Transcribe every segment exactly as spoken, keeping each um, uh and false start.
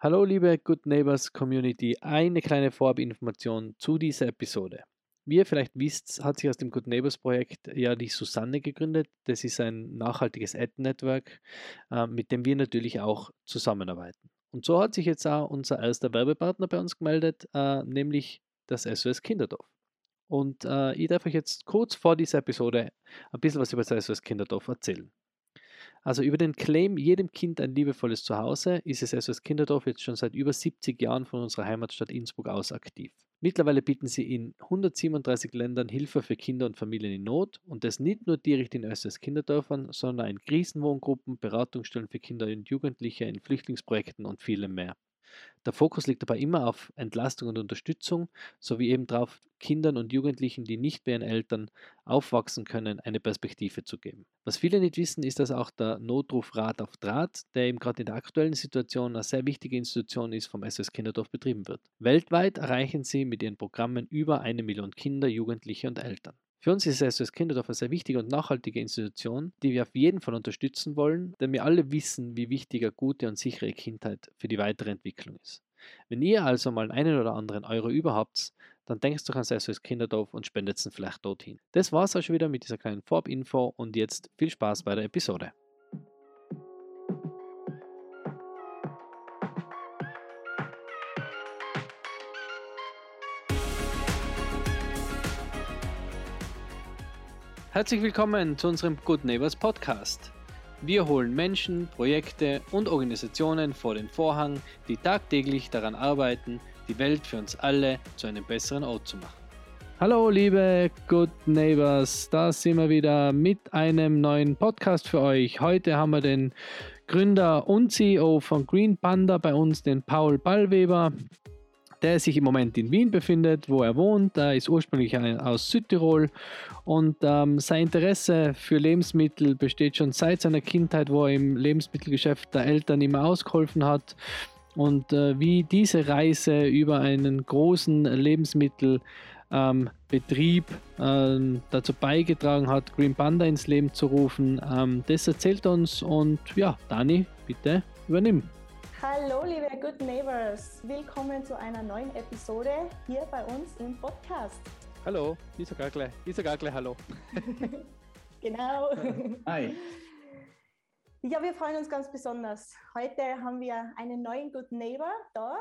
Hallo liebe Good Neighbors Community, eine kleine Vorabinformation zu dieser Episode. Wie ihr vielleicht wisst, hat sich aus dem Good Neighbors Projekt ja die Susanne gegründet. Das ist ein nachhaltiges Ad-Network, äh, mit dem wir natürlich auch zusammenarbeiten. Und so hat sich jetzt auch unser erster Werbepartner bei uns gemeldet, äh, nämlich das S O S Kinderdorf. Und äh, ich darf euch jetzt kurz vor dieser Episode ein bisschen was über das S O S Kinderdorf erzählen. Also über den Claim „Jedem Kind ein liebevolles Zuhause“ ist das S O S Kinderdorf jetzt schon seit über siebzig Jahren von unserer Heimatstadt Innsbruck aus aktiv. Mittlerweile bieten sie in hundertsiebenunddreißig Ländern Hilfe für Kinder und Familien in Not, und das nicht nur direkt in S O S Kinderdörfern, sondern in Krisenwohngruppen, Beratungsstellen für Kinder und Jugendliche, in Flüchtlingsprojekten und vielem mehr. Der Fokus liegt dabei immer auf Entlastung und Unterstützung, sowie eben darauf, Kindern und Jugendlichen, die nicht bei ihren Eltern aufwachsen können, eine Perspektive zu geben. Was viele nicht wissen, ist, dass auch der Notruf Rat auf Draht, der eben gerade in der aktuellen Situation eine sehr wichtige Institution ist, vom S O S Kinderdorf betrieben wird. Weltweit erreichen sie mit ihren Programmen über eine Million Kinder, Jugendliche und Eltern. Für uns ist S O S Kinderdorf eine sehr wichtige und nachhaltige Institution, die wir auf jeden Fall unterstützen wollen, denn wir alle wissen, wie wichtig eine gute und sichere Kindheit für die weitere Entwicklung ist. Wenn ihr also mal einen oder anderen Euro überhaupt, dann denkt doch an S O S Kinderdorf und spendet ihn vielleicht dorthin. Das war's auch schon wieder mit dieser kleinen Vorab-Info, und jetzt viel Spaß bei der Episode. Herzlich willkommen zu unserem Good Neighbors Podcast. Wir holen Menschen, Projekte und Organisationen vor den Vorhang, die tagtäglich daran arbeiten, die Welt für uns alle zu einem besseren Ort zu machen. Hallo liebe Good Neighbors, da sind wir wieder mit einem neuen Podcast für euch. Heute haben wir den Gründer und C E O von Green Panda bei uns, den Paul Ballweber, der sich im Moment in Wien befindet, wo er wohnt. Er ist ursprünglich aus Südtirol, und ähm, sein Interesse für Lebensmittel besteht schon seit seiner Kindheit, wo er im Lebensmittelgeschäft der Eltern immer ausgeholfen hat. Und äh, wie diese Reise über einen großen Lebensmittelbetrieb ähm, äh, dazu beigetragen hat, Green Panda ins Leben zu rufen, ähm, das erzählt er uns. Und ja, Dani, bitte übernimm. Hallo liebe Good Neighbors, willkommen zu einer neuen Episode hier bei uns im Podcast. Hallo, ich sag auch gleich, ich sag auch gleich hallo. Genau. Hi. Ja, wir freuen uns ganz besonders. Heute haben wir einen neuen Good Neighbor da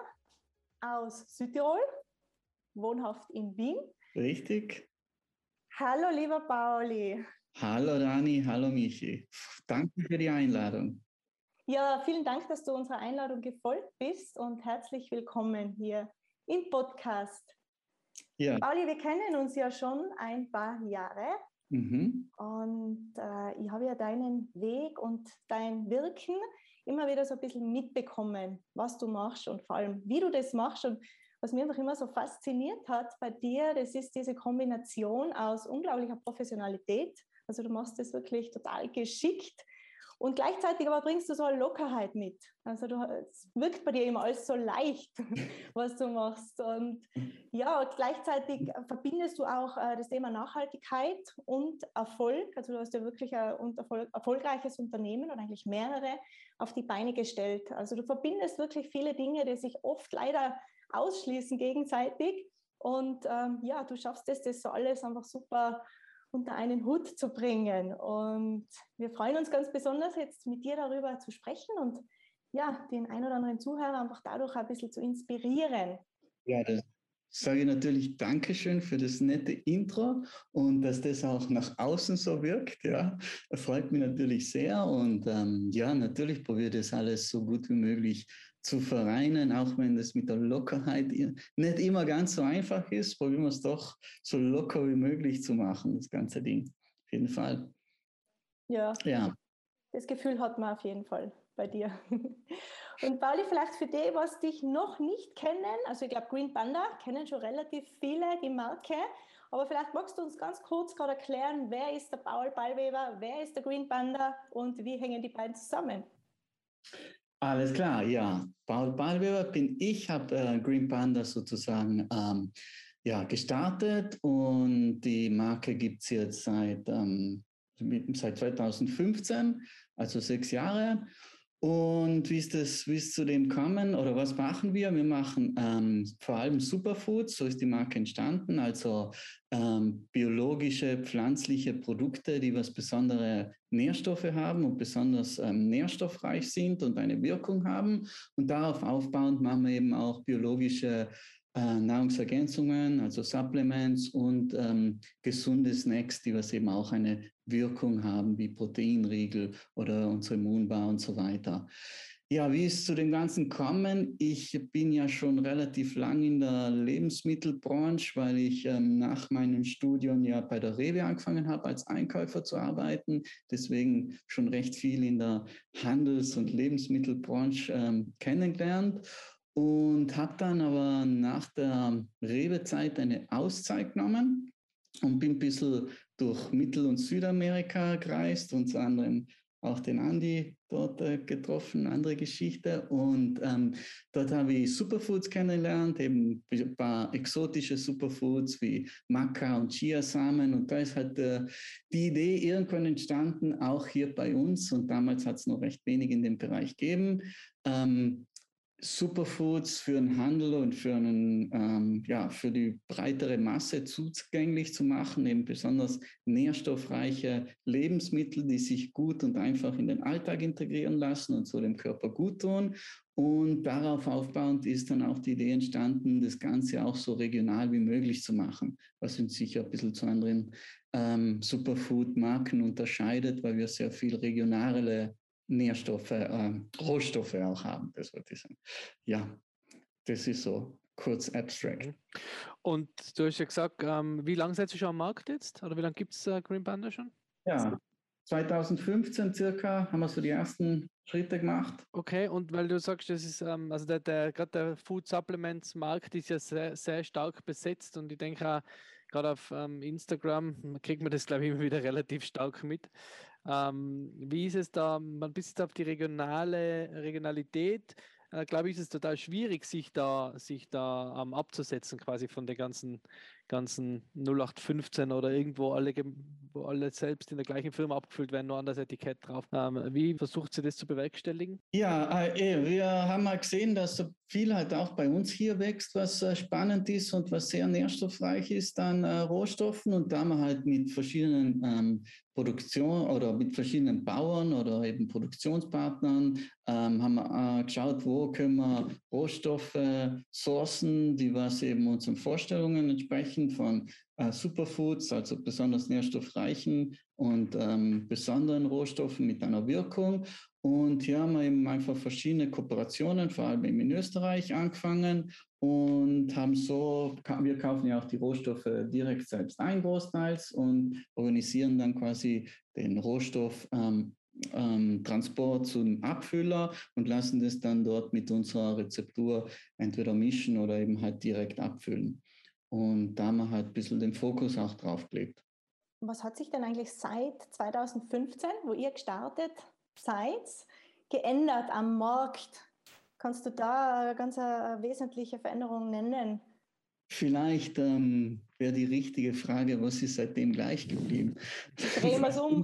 aus Südtirol, wohnhaft in Wien. Richtig. Hallo lieber Pauli. Hallo Dani, hallo Michi. Danke für die Einladung. Ja, vielen Dank, dass du unserer Einladung gefolgt bist, und herzlich willkommen hier im Podcast. Ja. Pauli, wir kennen uns ja schon ein paar Jahre. Mhm. Und äh, ich habe ja deinen Weg und dein Wirken immer wieder so ein bisschen mitbekommen, was du machst und vor allem, wie du das machst. Und was mich einfach immer so fasziniert hat bei dir, das ist diese Kombination aus unglaublicher Professionalität. Also du machst das wirklich total geschickt. Und gleichzeitig aber bringst du so eine Lockerheit mit. Also du, es wirkt bei dir immer alles so leicht, was du machst. Und ja, gleichzeitig verbindest du auch äh, das Thema Nachhaltigkeit und Erfolg. Also du hast ja wirklich ein Erfolg, erfolgreiches Unternehmen, oder eigentlich mehrere, auf die Beine gestellt. Also du verbindest wirklich viele Dinge, die sich oft leider ausschließen gegenseitig. Und ähm, ja, du schaffst es, das so alles einfach super unter einen Hut zu bringen. Und wir freuen uns ganz besonders, jetzt mit dir darüber zu sprechen und ja, den ein oder anderen Zuhörer einfach dadurch ein bisschen zu inspirieren. Ja, das sage ich natürlich Dankeschön für das nette Intro und dass das auch nach außen so wirkt. Ja, das freut mich natürlich sehr. Und ähm, ja, natürlich probiere das alles so gut wie möglich zu vereinen, auch wenn das mit der Lockerheit nicht immer ganz so einfach ist, probieren wir es doch so locker wie möglich zu machen, das ganze Ding. Auf jeden Fall. Ja, ja. Das Gefühl hat man auf jeden Fall bei dir. Und Pauli, vielleicht für die, was dich noch nicht kennen, also ich glaube Green Panda kennen schon relativ viele, die Marke, aber vielleicht magst du uns ganz kurz gerade erklären, wer ist der Paul Ballweber, wer ist der Green Panda und wie hängen die beiden zusammen? Alles klar, ja. Paul Ballweber bin ich, habe äh, Green Panda sozusagen ähm, ja, gestartet, und die Marke gibt es jetzt seit, ähm, seit zwanzig fünfzehn, also sechs Jahre. Und wie ist das, wie ist zu dem kommen oder was machen wir? Wir machen ähm, vor allem Superfoods, so ist die Marke entstanden, also ähm, biologische, pflanzliche Produkte, die was besondere Nährstoffe haben und besonders ähm, nährstoffreich sind und eine Wirkung haben. Und darauf aufbauend machen wir eben auch biologische äh, Nahrungsergänzungen, also Supplements und ähm, gesunde Snacks, die was eben auch eine Wirkung haben, wie Proteinriegel oder unsere Immunbar und so weiter. Ja, wie ist zu dem Ganzen kommen? Ich bin ja schon relativ lang in der Lebensmittelbranche, weil ich ähm, nach meinem Studium ja bei der Rewe angefangen habe, als Einkäufer zu arbeiten. Deswegen schon recht viel in der Handels- und Lebensmittelbranche ähm, kennengelernt. Und habe dann aber nach der Rewe-Zeit eine Auszeit genommen und bin ein bisschen durch Mittel- und Südamerika gereist, unter anderem auch den Andi dort äh, getroffen, andere Geschichte. Und ähm, dort habe ich Superfoods kennengelernt, eben ein paar exotische Superfoods wie Maca und Chiasamen. Und da ist halt äh, die Idee irgendwann entstanden, auch hier bei uns. Und damals hat es noch recht wenig in dem Bereich gegeben. Ähm, Superfoods für den Handel und für, einen, ähm, ja, für die breitere Masse zugänglich zu machen, eben besonders nährstoffreiche Lebensmittel, die sich gut und einfach in den Alltag integrieren lassen und so dem Körper gut tun. Und darauf aufbauend ist dann auch die Idee entstanden, das Ganze auch so regional wie möglich zu machen, was uns sicher ein bisschen zu anderen ähm, Superfood-Marken unterscheidet, weil wir sehr viel regionale Nährstoffe, äh, Rohstoffe auch haben, das wollte ich sagen. Ja, das ist so kurz abstract. Mhm. Und du hast ja gesagt, ähm, wie lange seid ihr schon am Markt jetzt? Oder wie lange gibt es äh, Green Panda schon? Ja, zwanzig fünfzehn circa haben wir so die ersten Schritte gemacht. Okay, und weil du sagst, das ist, ähm, also der, der, gerade der Food Supplements Markt ist ja sehr, sehr stark besetzt und ich denke auch, gerade auf ähm, Instagram kriegt man das, glaube ich, immer wieder relativ stark mit. Ähm, wie ist es da, man bis jetzt auf die regionale Regionalität, äh, glaube ich, ist es total schwierig, sich da, sich da ähm, abzusetzen, quasi von der ganzen, ganzen null acht fünfzehn oder irgendwo alle, gem- wo alle selbst in der gleichen Firma abgefüllt werden, nur an das Etikett drauf. Ähm, wie versucht sie das zu bewerkstelligen? Ja, äh, wir haben mal gesehen, dass so viel halt auch bei uns hier wächst, was äh, spannend ist und was sehr nährstoffreich ist an äh, Rohstoffen. Und da haben wir halt mit verschiedenen ähm, Produktion oder mit verschiedenen Bauern oder eben Produktionspartnern ähm, haben wir äh, geschaut, wo können wir Rohstoffe sourcen, die was eben unseren Vorstellungen entsprechen von äh, Superfoods, also besonders nährstoffreichen und ähm, besonderen Rohstoffen mit einer Wirkung. Und hier haben wir eben einfach verschiedene Kooperationen, vor allem in Österreich, angefangen und haben so, wir kaufen ja auch die Rohstoffe direkt selbst ein, großteils, und organisieren dann quasi den Rohstoff ähm, ähm, Transport zum Abfüller und lassen das dann dort mit unserer Rezeptur entweder mischen oder eben halt direkt abfüllen. Und da haben wir halt ein bisschen den Fokus auch drauf gelegt. Was hat sich denn eigentlich seit zwanzig fünfzehn, wo ihr gestartet seid, geändert am Markt? Kannst du da eine ganz eine wesentliche Veränderung nennen? Vielleicht ähm, wäre die richtige Frage, was ist seitdem gleich geblieben? Drehen wir es um.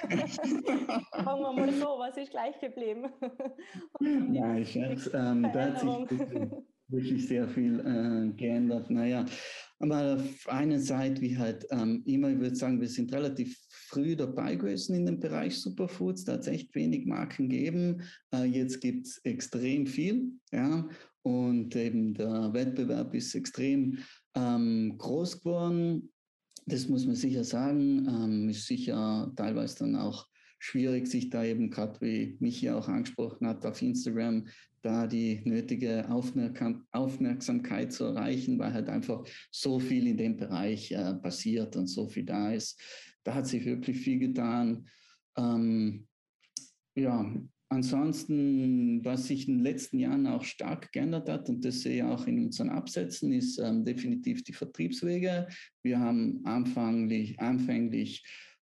Fangen wir mal so, was ist gleich geblieben? Nein, Scherz, ähm, da hat sich wirklich, wirklich sehr viel äh, geändert. Naja, aber auf einer Seite, wie halt ähm, immer, ich würde sagen, wir sind relativ früh dabei gewesen in dem Bereich Superfoods. Da hat es echt wenig Marken gegeben. Äh, jetzt gibt es extrem viel, ja. Und eben der Wettbewerb ist extrem ähm, groß geworden. Das muss man sicher sagen. Ähm, ist sicher teilweise dann auch schwierig, sich da eben gerade, wie Michi auch angesprochen hat, auf Instagram da die nötige Aufmerksam Aufmerksamkeit zu erreichen, weil halt einfach so viel in dem Bereich äh, passiert und so viel da ist. Da hat sich wirklich viel getan. Ähm, ja, ansonsten, was sich in den letzten Jahren auch stark geändert hat, und das sehe ich auch in unseren Absätzen, ist ähm, definitiv die Vertriebswege. Wir haben anfänglich, anfänglich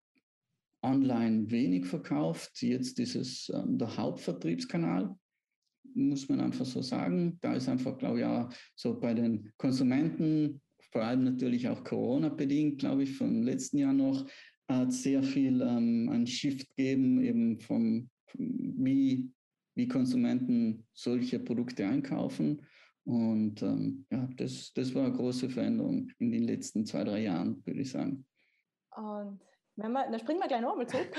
online wenig verkauft. Jetzt ist es ähm, der Hauptvertriebskanal, muss man einfach so sagen. Da ist einfach, glaube ich, auch so bei den Konsumenten, vor allem natürlich auch Corona-bedingt, glaube ich, vom letzten Jahr noch, hat sehr viel ähm, ein Shift gegeben, eben vom, wie wie Konsumenten solche Produkte einkaufen. Und ähm, ja, das, das war eine große Veränderung in den letzten zwei, drei Jahren, würde ich sagen. Und wenn wir, dann springen wir gleich nochmal zurück.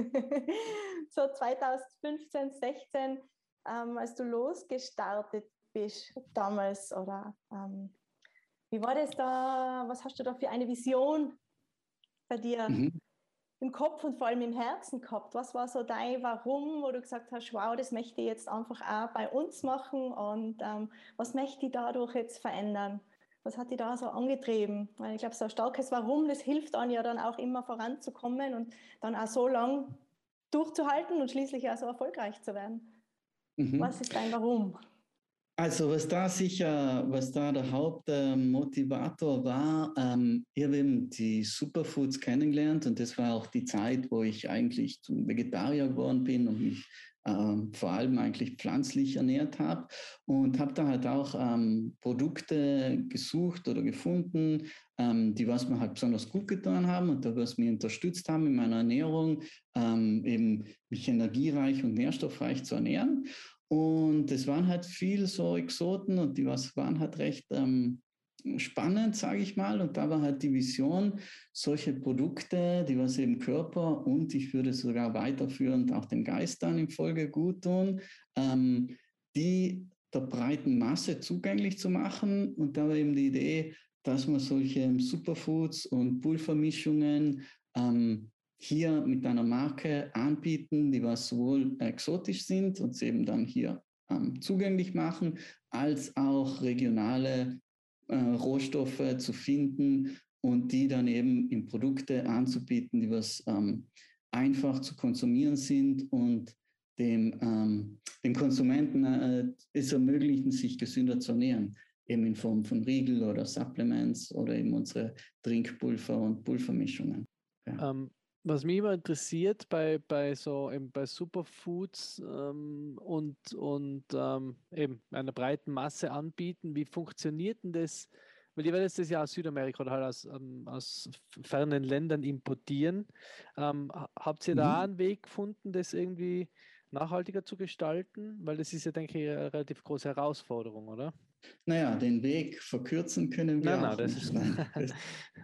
So zweitausendfünfzehn, sechzehn, ähm, als du losgestartet bist damals, oder ähm, wie war das da? Was hast du da für eine Vision bei dir Mhm. im Kopf und vor allem im Herzen gehabt? Was war so dein Warum, wo du gesagt hast, wow, das möchte ich jetzt einfach auch bei uns machen, und ähm, was möchte ich dadurch jetzt verändern? Was hat dich da so angetrieben? Weil ich glaube, so ein starkes Warum, das hilft einem ja dann auch immer voranzukommen und dann auch so lang durchzuhalten und schließlich auch so erfolgreich zu werden. Mhm. Was ist dein Warum? Also was da sicher, was da der Hauptmotivator war, ähm, ich habe eben die Superfoods kennengelernt, und das war auch die Zeit, wo ich eigentlich zum Vegetarier geworden bin und mich ähm, vor allem eigentlich pflanzlich ernährt habe, und habe da halt auch ähm, Produkte gesucht oder gefunden, ähm, die was mir halt besonders gut getan haben und da was mir unterstützt haben in meiner Ernährung, ähm, eben mich energiereich und nährstoffreich zu ernähren. Und es waren halt viel so Exoten, und die was waren halt recht ähm, spannend, sage ich mal. Und da war halt die Vision, solche Produkte, die was eben Körper und ich würde sogar weiterführend auch dem Geist dann in Folge gut tun, ähm, die der breiten Masse zugänglich zu machen. Und da war eben die Idee, dass man solche Superfoods und Pulvermischungen ähm, hier mit einer Marke anbieten, die was sowohl exotisch sind und sie eben dann hier ähm, zugänglich machen, als auch regionale äh, Rohstoffe zu finden und die dann eben in Produkte anzubieten, die was ähm, einfach zu konsumieren sind und dem, ähm, dem Konsumenten äh, es ermöglichen, sich gesünder zu ernähren, eben in Form von Riegel oder Supplements oder eben unsere Trinkpulver und Pulvermischungen. Ja. Ähm, was mich immer interessiert bei, bei so eben bei Superfoods ähm, und, und ähm, eben einer breiten Masse anbieten, wie funktioniert denn das? Weil ihr werdet das ja aus Südamerika oder halt aus, ähm, aus fernen Ländern importieren. Ähm, ha- habt ihr da Mhm. einen Weg gefunden, das irgendwie nachhaltiger zu gestalten? Weil das ist ja, denke ich, eine relativ große Herausforderung, oder? Naja, den Weg verkürzen können Nein, wir nein, auch das nicht. ist. Nein, das,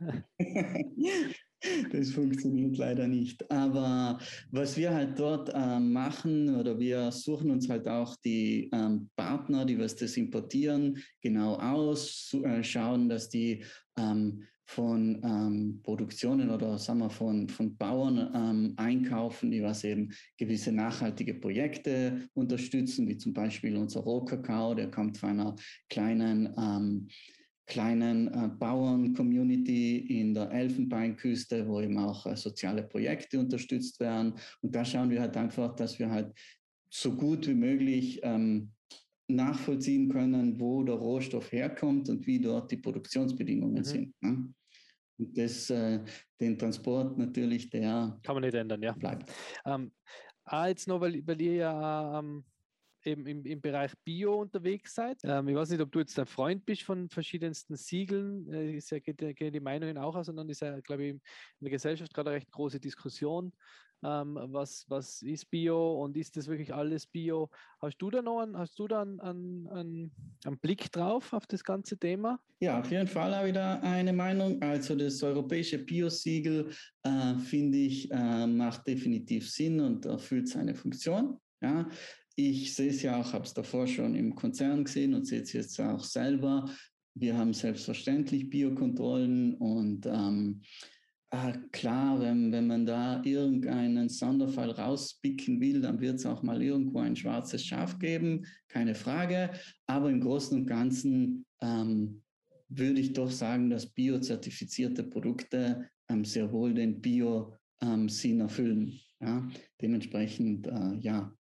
das funktioniert leider nicht. Aber was wir halt dort ähm, machen, oder wir suchen uns halt auch die ähm, Partner, die was das importieren, genau aus, su- äh, schauen, dass die ähm, von ähm, Produktionen oder sagen wir von, von Bauern ähm, einkaufen, die was eben gewisse nachhaltige Projekte unterstützen, wie zum Beispiel unser Rohkakao, der kommt von einer kleinen ähm, kleinen äh, Bauern-Community in der Elfenbeinküste, wo eben auch äh, soziale Projekte unterstützt werden. Und da schauen wir halt einfach, dass wir halt so gut wie möglich ähm, nachvollziehen können, wo der Rohstoff herkommt und wie dort die Produktionsbedingungen Mhm. sind. Ne? Und das, äh, den Transport natürlich, der Kann man nicht ändern, ja. bleibt. Ähm, ah, jetzt noch, weil, weil ihr ja ähm, eben im, im Bereich Bio unterwegs seid. Ähm, ich weiß nicht, ob du jetzt ein Freund bist von verschiedensten Siegeln. Äh, ist ja, geht, gehen die Meinungen auch auseinander. Ist ja, glaube ich, in der Gesellschaft gerade eine recht große Diskussion. Ähm, was, was ist Bio und ist das wirklich alles Bio? Hast du da noch einen, hast du da einen, einen, einen, einen Blick drauf auf das ganze Thema? Ja, auf jeden Fall habe ich da eine Meinung. Also das europäische Bio-Siegel, äh, finde ich, äh, macht definitiv Sinn und erfüllt seine Funktion. Ja. Ich sehe es ja auch, habe es davor schon im Konzern gesehen und sehe es jetzt auch selber. Wir haben selbstverständlich Biokontrollen und ähm, äh, klar, wenn, wenn man da irgendeinen Sonderfall rauspicken will, dann wird es auch mal irgendwo ein schwarzes Schaf geben, keine Frage. Aber im Großen und Ganzen ähm, würde ich doch sagen, dass biozertifizierte Produkte ähm, sehr wohl den Bio-Sinn ähm, erfüllen. Ja? Dementsprechend, äh, ja,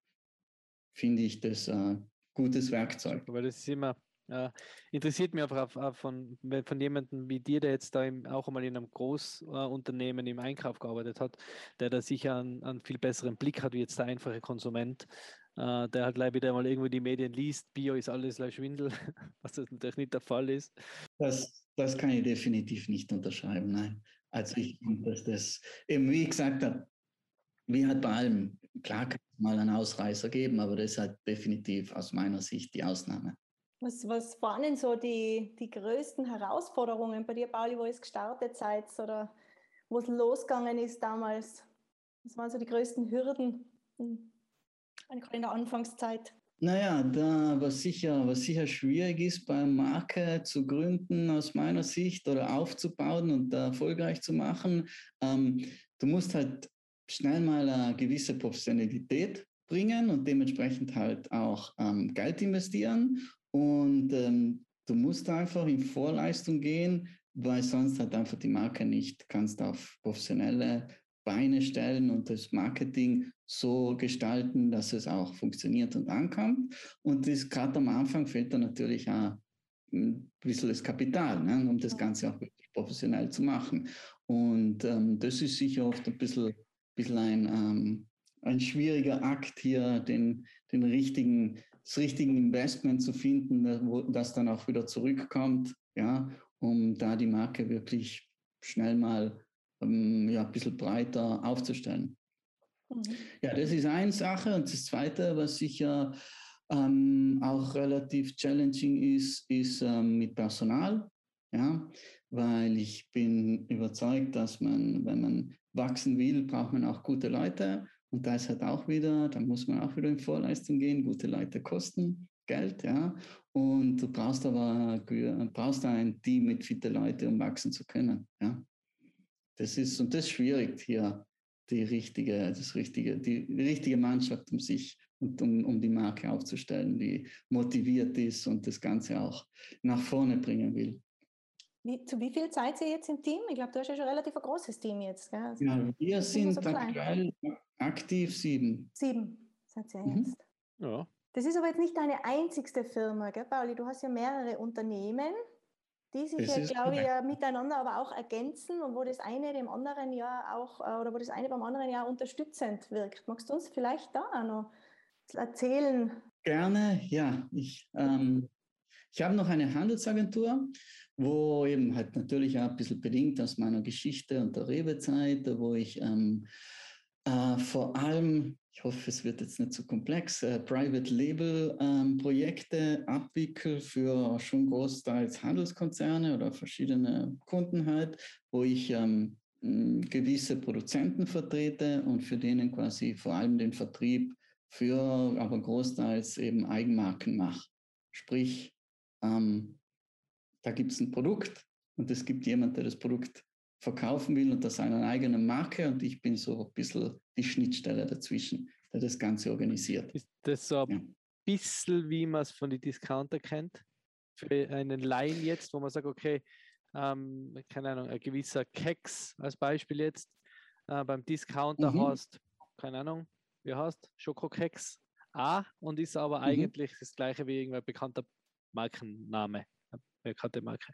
finde ich das äh, gutes Werkzeug. Super, weil das ist immer, äh, interessiert mich einfach auch von, von jemandem wie dir, der jetzt da im, auch einmal in einem Großunternehmen äh, im Einkauf gearbeitet hat, der da sicher einen, einen viel besseren Blick hat, wie jetzt der einfache Konsument, äh, der halt gleich wieder mal irgendwo die Medien liest, Bio ist alles gleich Schwindel, was das natürlich nicht der Fall ist. Das, das kann ich definitiv nicht unterschreiben, nein. Also ich finde, dass das, eben wie ich gesagt habe, wie halt bei allem, klar kann mal einen Ausreißer geben, aber das ist halt definitiv aus meiner Sicht die Ausnahme. Was, was waren denn so die, die größten Herausforderungen bei dir, Pauli, wo ihr es gestartet seid oder wo es losgegangen ist damals? Was waren so die größten Hürden in, gerade in der Anfangszeit? Naja, da, was sicher, was sicher schwierig ist, bei einer Marke zu gründen, aus meiner Sicht, oder aufzubauen und da erfolgreich zu machen, ähm, du musst halt schnell mal eine gewisse Professionalität bringen und dementsprechend halt auch ähm, Geld investieren. Und ähm, du musst einfach in Vorleistung gehen, weil sonst halt einfach die Marke nicht kannst auf professionelle Beine stellen und das Marketing so gestalten, dass es auch funktioniert und ankommt. Und das gerade am Anfang fehlt dann natürlich auch ein bisschen das Kapital, ne, um das Ganze auch wirklich professionell zu machen. Und ähm, das ist sicher oft ein bisschen, bisschen ein, ähm, ein schwieriger Akt hier, den, den richtigen, das richtige Investment zu finden, wo, das dann auch wieder zurückkommt, ja, um da die Marke wirklich schnell mal ähm, ja, ein bisschen breiter aufzustellen. Mhm. Ja, das ist eine Sache. Und das Zweite, was sicher ähm, auch relativ challenging ist, ist ähm, mit Personal. Ja, weil ich bin überzeugt, dass man, wenn man wachsen will, braucht man auch gute Leute. Und da ist halt auch wieder, da muss man auch wieder in Vorleistung gehen. Gute Leute kosten Geld, ja. Und du brauchst aber brauchst ein Team mit fitte Leute, um wachsen zu können. Ja. Das ist, und das ist schwierig hier, die richtige, das richtige, die, die richtige Mannschaft um sich und um, um die Marke aufzustellen, die motiviert ist und das Ganze auch nach vorne bringen will. Wie, zu wie viel seid ihr jetzt im Team? Ich glaube, du hast ja schon relativ ein großes Team jetzt. Gell? Also ja, wir sind so aktuell aktiv sieben. Sieben seid ihr Mhm. jetzt. Ja. Das ist aber jetzt nicht deine einzigste Firma, gell, Pauli? Du hast ja mehrere Unternehmen, die sich ja, glaube ich, ja miteinander aber auch ergänzen und wo das eine dem anderen ja auch, oder wo das eine beim anderen ja unterstützend wirkt. Magst du uns vielleicht da auch noch erzählen? Gerne, ja. Ich, ähm, ich habe noch eine Handelsagentur, wo eben halt natürlich auch ein bisschen bedingt aus meiner Geschichte und der Rewe-Zeit, wo ich ähm, äh, vor allem, ich hoffe, es wird jetzt nicht zu komplex, äh, Private Label ähm, Projekte abwickel für schon großteils Handelskonzerne oder verschiedene Kunden halt, wo ich ähm, gewisse Produzenten vertrete und für denen quasi vor allem den Vertrieb für aber großteils eben Eigenmarken mache. Sprich, ähm, da gibt es ein Produkt und es gibt jemand, der das Produkt verkaufen will unter seiner eigenen Marke und ich bin so ein bisschen die Schnittstelle dazwischen, der das Ganze organisiert. Ist das so ein ja. bisschen, wie man es von den Discounter kennt? Für einen Laien jetzt, wo man sagt, okay, ähm, keine Ahnung, ein gewisser Keks als Beispiel jetzt, äh, beim Discounter mhm. hast, keine Ahnung, wie heißt, Schokokeks A und ist aber mhm. eigentlich das gleiche wie irgendein bekannter Markenname, eine bekannte Marke.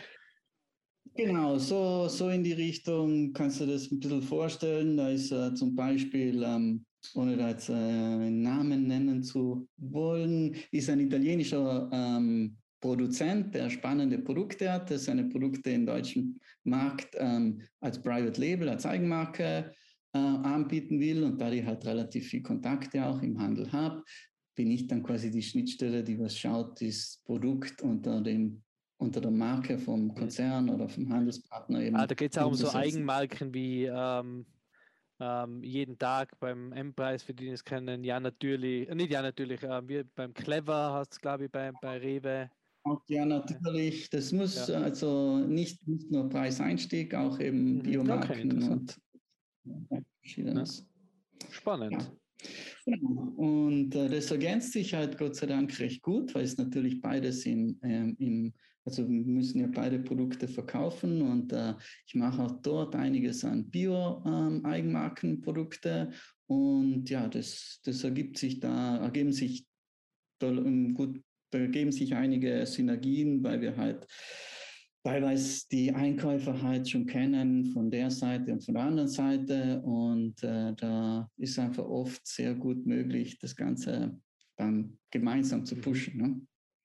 Genau, so, so in die Richtung kannst du das ein bisschen vorstellen. Da ist äh, zum Beispiel, ähm, ohne da jetzt äh, einen Namen nennen zu wollen, ist ein italienischer ähm, Produzent, der spannende Produkte hat, der seine Produkte im deutschen Markt ähm, als Private Label, als Eigenmarke äh, anbieten will und da ich halt relativ viel Kontakte auch im Handel habe, bin ich dann quasi die Schnittstelle, die was schaut, das Produkt unter dem unter der Marke vom Konzern oder vom Handelspartner eben. Ah, da geht es auch um so Eigenmarken wie ähm, ähm, jeden Tag beim M-Preis, für die es kennen, ja natürlich, äh, nicht ja natürlich, äh, wie beim Clever hast du, glaube ich, bei, bei Rewe. Auch ja, natürlich. Das muss ja. also nicht, nicht nur Preiseinstieg, auch eben mhm. Biomarken okay, und ja, verschiedenes. Ja. Spannend. Ja. Und äh, das ergänzt sich halt Gott sei Dank recht gut, weil es natürlich beides in, ähm, im, also wir müssen ja beide Produkte verkaufen und äh, ich mache auch dort einiges an Bio-Eigenmarkenprodukte ähm, und ja, das, das ergibt sich da, ergeben sich da, um, gut, da ergeben sich einige Synergien, weil wir halt teilweise die Einkäufer halt schon kennen von der Seite und von der anderen Seite und äh, da ist einfach oft sehr gut möglich, das Ganze dann gemeinsam zu pushen. Ne?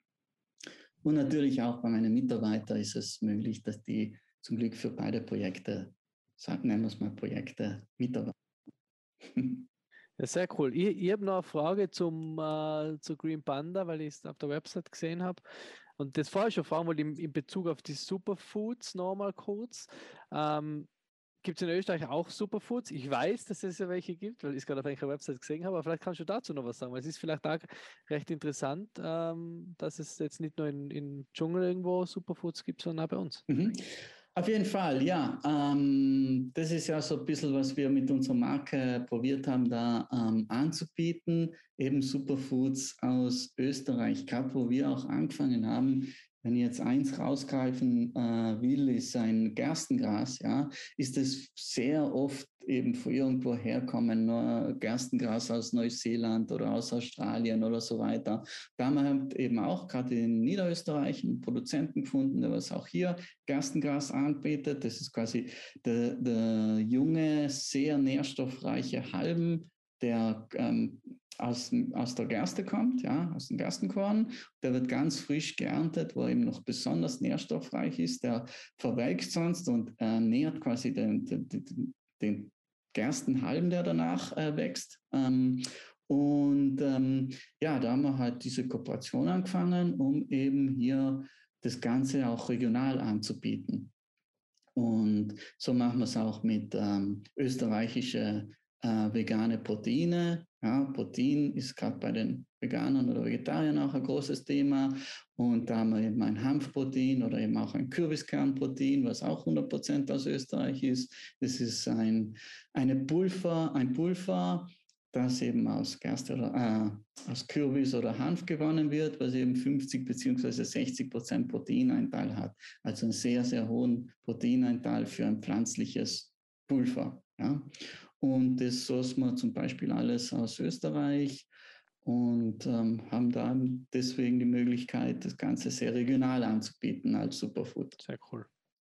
Und natürlich auch bei meinen Mitarbeitern ist es möglich, dass die zum Glück für beide Projekte, sagen, nennen wir es mal Projekte, mitarbeiten. Ja, sehr cool. Ich, ich habe noch eine Frage zum, äh, zu Green Panda, weil ich es auf der Website gesehen habe. Und das vorher schon fragen wollte, in, in Bezug auf die Superfoods nochmal kurz. Ähm, Gibt es in Österreich auch Superfoods? Ich weiß, dass es ja welche gibt, weil ich es gerade auf einer Website gesehen habe, aber vielleicht kannst du dazu noch was sagen, weil es ist vielleicht auch recht interessant, ähm, dass es jetzt nicht nur in, in Dschungel irgendwo Superfoods gibt, sondern auch bei uns. Mhm. Auf jeden Fall, ja. Ähm, das ist ja so ein bisschen, was wir mit unserer Marke probiert haben, da ähm, anzubieten. Eben Superfoods aus Österreich, gerade wo wir auch angefangen haben. Wenn ich jetzt eins rausgreifen äh, will, ist ein Gerstengras, ja, ist es sehr oft eben von irgendwo herkommen, äh, Gerstengras aus Neuseeland oder aus Australien oder so weiter. Da haben wir halt eben auch gerade in Niederösterreich einen Produzenten gefunden, der was auch hier Gerstengras anbietet. Das ist quasi der, der junge, sehr nährstoffreiche Halm, der ähm, aus, aus der Gerste kommt, ja, aus dem Gerstenkorn. Der wird ganz frisch geerntet, wo er eben noch besonders nährstoffreich ist. Der verwelkt sonst und äh, nährt quasi den, den, den, den Gerstenhalm, der danach äh, wächst. Ähm, und ähm, ja, da haben wir halt diese Kooperation angefangen, um eben hier das Ganze auch regional anzubieten. Und so machen wir es auch mit ähm, österreichische äh, vegane Proteine. Ja, Protein ist gerade bei den Veganern oder Vegetariern auch ein großes Thema. Und da haben wir eben ein Hanfprotein oder eben auch ein Kürbiskernprotein, was auch hundert Prozent aus Österreich ist. Das ist ein, eine Pulver, ein Pulver, das eben aus Gerste oder äh, aus Kürbis oder Hanf gewonnen wird, was eben fünfzig beziehungsweise sechzig Prozent Proteinanteil hat. Also einen sehr, sehr hohen Proteinanteil für ein pflanzliches Pulver. Ja. Und das sourcen wir zum Beispiel alles aus Österreich und ähm, haben dann deswegen die Möglichkeit, das Ganze sehr regional anzubieten als Superfood. Sehr cool.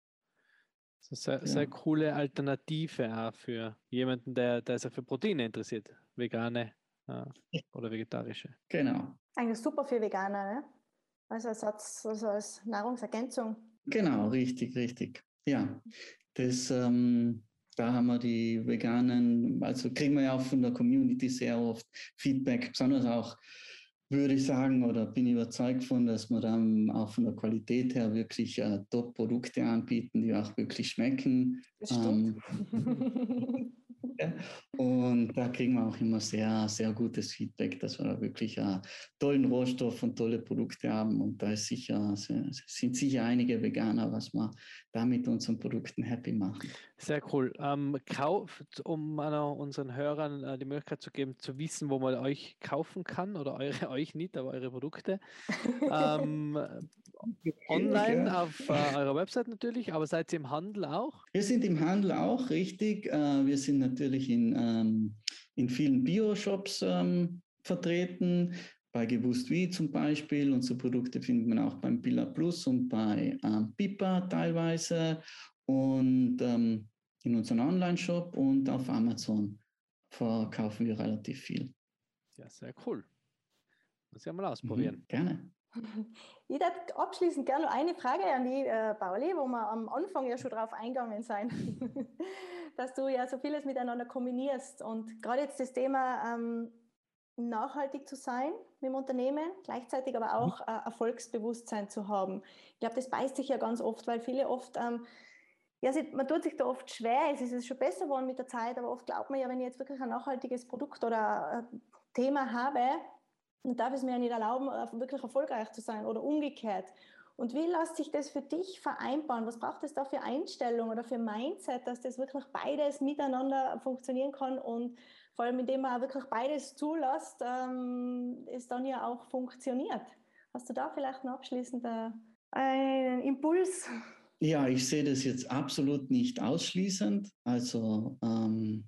Sehr, Ja. sehr coole Alternative auch für jemanden, der, der sich für Proteine interessiert, vegane äh, oder vegetarische. Genau. Eigentlich super für Veganer, ne? Also Ersatz, also als Nahrungsergänzung. Genau, richtig, richtig. Ja, das, ähm, da haben wir die Veganen, also kriegen wir ja auch von der Community sehr oft Feedback, besonders auch, würde ich sagen, oder bin ich überzeugt von, dass wir dann auch von der Qualität her wirklich äh, Top-Produkte anbieten, die auch wirklich schmecken. Das stimmt. Ähm, ja. Und da kriegen wir auch immer sehr, sehr gutes Feedback, dass wir da wirklich einen tollen Rohstoff und tolle Produkte haben. Und da ist sicher, sind sicher einige Veganer, was wir da mit unseren Produkten happy machen. Sehr cool. Ähm, kauf, um unseren Hörern äh, die Möglichkeit zu geben, zu wissen, wo man euch kaufen kann oder eure, euch nicht, aber eure Produkte. ähm, online ja. auf äh, eurer Website natürlich, aber seid ihr im Handel auch? Wir sind im Handel auch, richtig. Äh, wir sind natürlich in, ähm, in vielen Bio-Shops ähm, vertreten. Bei Gewusst Wie zum Beispiel. Unsere Produkte findet man auch beim Billa Plus und bei ähm, Pipa teilweise. Und ähm, in unserem Online-Shop und auf Amazon verkaufen wir relativ viel. Ja, sehr cool. Muss ich mal ausprobieren. Mhm, gerne. Ich hätte abschließend gerne noch eine Frage an die äh, Pauli, wo wir am Anfang ja schon drauf eingegangen sind, dass du ja so vieles miteinander kombinierst und gerade jetzt das Thema ähm, nachhaltig zu sein mit dem Unternehmen, gleichzeitig aber auch äh, Erfolgsbewusstsein zu haben. Ich glaube, das beißt sich ja ganz oft, weil viele oft, ähm, ja, man tut sich da oft schwer, es ist schon besser geworden mit der Zeit, aber oft glaubt man ja, wenn ich jetzt wirklich ein nachhaltiges Produkt oder ein Thema habe, dann darf es mir ja nicht erlauben, wirklich erfolgreich zu sein oder umgekehrt. Und wie lässt sich das für dich vereinbaren? Was braucht es da für Einstellung oder für Mindset, dass das wirklich beides miteinander funktionieren kann und vor allem indem man auch wirklich beides zulässt, ähm, es dann ja auch funktioniert. Hast du da vielleicht einen abschließenden einen Impuls? Ja, ich sehe das jetzt absolut nicht ausschließend. Also ähm,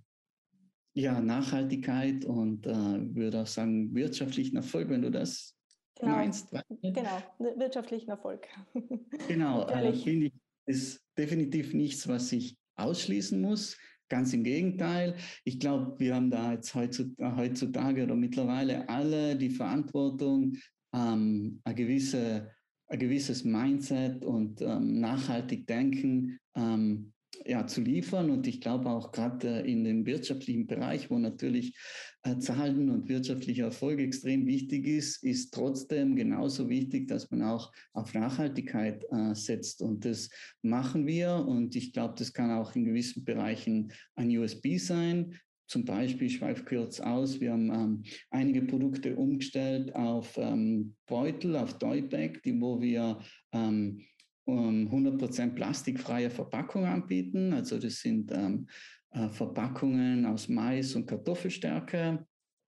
ja, Nachhaltigkeit und äh, würde auch sagen wirtschaftlichen Erfolg, wenn du das genau, meinst. Genau, wirtschaftlichen Erfolg. Genau, äh, finde ich, ist definitiv nichts, was ich ausschließen muss. Ganz im Gegenteil. Ich glaube, wir haben da jetzt heutzutage oder mittlerweile alle die Verantwortung, ähm, eine gewisse, ein gewisses Mindset und ähm, nachhaltig denken ähm, ja, zu liefern. Und ich glaube auch gerade äh, in dem wirtschaftlichen Bereich, wo natürlich äh, Zahlen und wirtschaftlicher Erfolg extrem wichtig ist, ist trotzdem genauso wichtig, dass man auch auf Nachhaltigkeit äh, setzt. Und das machen wir. Und ich glaube, das kann auch in gewissen Bereichen ein U S P sein. Zum Beispiel, ich schweife kurz aus, wir haben ähm, einige Produkte umgestellt auf ähm, Beutel, auf Tote-Bag, die, wo wir ähm, hundert Prozent plastikfreie Verpackung anbieten. Also das sind ähm, äh, Verpackungen aus Mais und Kartoffelstärke.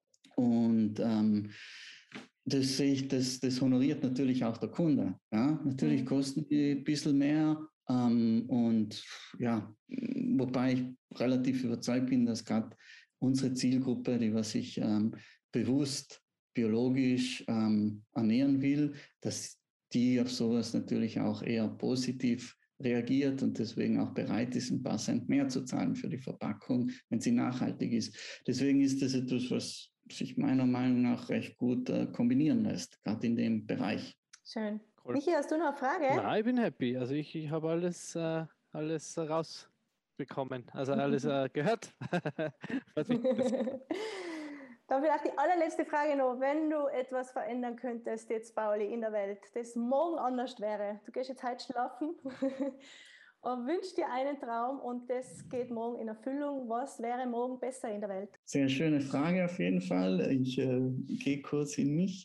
Und ähm, das, sehe ich, das, das honoriert natürlich auch der Kunde. Ja? Natürlich kosten die ein bisschen mehr. Ähm, und ja, wobei ich relativ überzeugt bin, dass gerade unsere Zielgruppe, die was sich ähm, bewusst biologisch ähm, ernähren will, dass die auf sowas natürlich auch eher positiv reagiert und deswegen auch bereit ist, ein paar Cent mehr zu zahlen für die Verpackung, wenn sie nachhaltig ist. Deswegen ist das etwas, was sich meiner Meinung nach recht gut äh, kombinieren lässt, gerade in dem Bereich. Schön. Cool. Michi, hast du noch eine Frage? Nein, ich bin happy. Also ich, ich habe alles, äh, alles rausbekommen, also alles äh, gehört. Was mich interessiert. Dann vielleicht die allerletzte Frage noch. Wenn du etwas verändern könntest jetzt, Pauli, in der Welt, das morgen anders wäre. Du gehst jetzt heute schlafen und wünschst dir einen Traum und das geht morgen in Erfüllung. Was wäre morgen besser in der Welt? Sehr schöne Frage auf jeden Fall. Ich äh, gehe kurz in mich.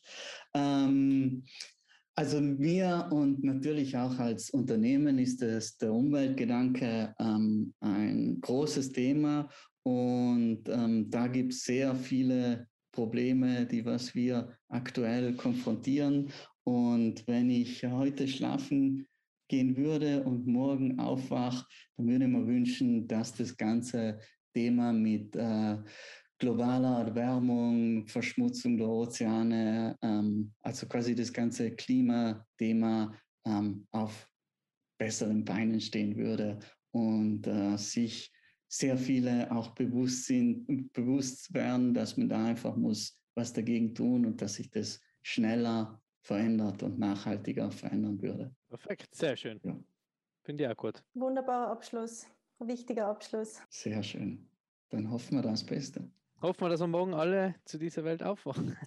Ähm, also mir und natürlich auch als Unternehmen ist es der Umweltgedanke ähm, ein großes Thema. Und ähm, da gibt es sehr viele Probleme, die was wir aktuell konfrontieren. Und wenn ich heute schlafen gehen würde und morgen aufwache, dann würde ich mir wünschen, dass das ganze Thema mit äh, globaler Erwärmung, Verschmutzung der Ozeane, ähm, also quasi das ganze Klimathema ähm, auf besseren Beinen stehen würde und äh, sich sehr viele auch bewusst sind, bewusst werden, dass man da einfach muss was dagegen tun und dass sich das schneller verändert und nachhaltiger verändern würde. Perfekt, sehr schön. Ja. Finde ich auch gut. Wunderbarer Abschluss, ein wichtiger Abschluss. Sehr schön. Dann hoffen wir das Beste. Hoffen wir, dass wir morgen alle zu dieser Welt aufwachen.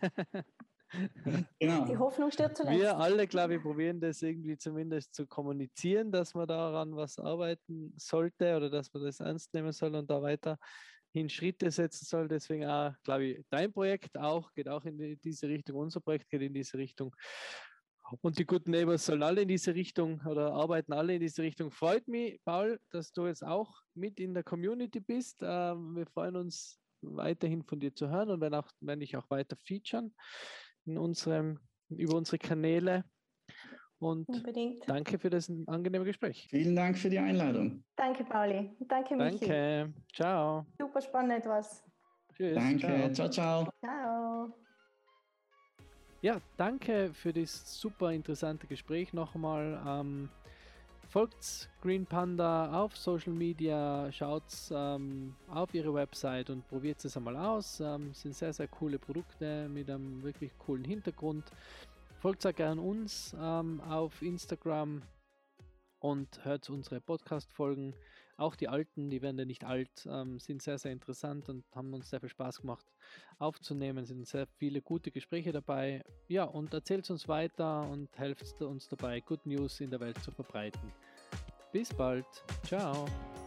Genau. Die Hoffnung stirbt zuletzt. Wir alle, glaube ich, probieren das irgendwie zumindest zu kommunizieren, dass man daran was arbeiten sollte oder dass man das ernst nehmen soll und da weiterhin Schritte setzen soll. Deswegen auch, glaube ich, dein Projekt auch, geht auch in diese Richtung, unser Projekt geht in diese Richtung. Und die Good Neighbors sollen alle in diese Richtung oder arbeiten alle in diese Richtung. Freut mich, Paul, dass du jetzt auch mit in der Community bist. Ähm, wir freuen uns weiterhin von dir zu hören und wenn auch, wenn ich auch weiter featuren in unserem, über unsere Kanäle. Und Unbedingt. danke für das angenehme Gespräch. Vielen Dank für die Einladung. Danke, Pauli. Danke, Michi. Danke. Ciao. Super spannend was. Tschüss. Danke. Ciao. Ciao, ciao. Ciao. Ja, danke für das super interessante Gespräch nochmal. Ähm, folgt Green Panda auf Social Media, schaut ähm, auf ihre Website und probiert es einmal aus. Ähm, sind sehr, sehr coole Produkte mit einem wirklich coolen Hintergrund. Folgt auch gerne uns ähm, auf Instagram und hört unsere Podcast-Folgen. Auch die alten, die werden ja nicht alt, ähm, sind sehr, sehr interessant und haben uns sehr viel Spaß gemacht aufzunehmen. Es sind sehr viele gute Gespräche dabei. Ja, und erzählt uns weiter und helft uns dabei, Good News in der Welt zu verbreiten. Bis bald. Ciao.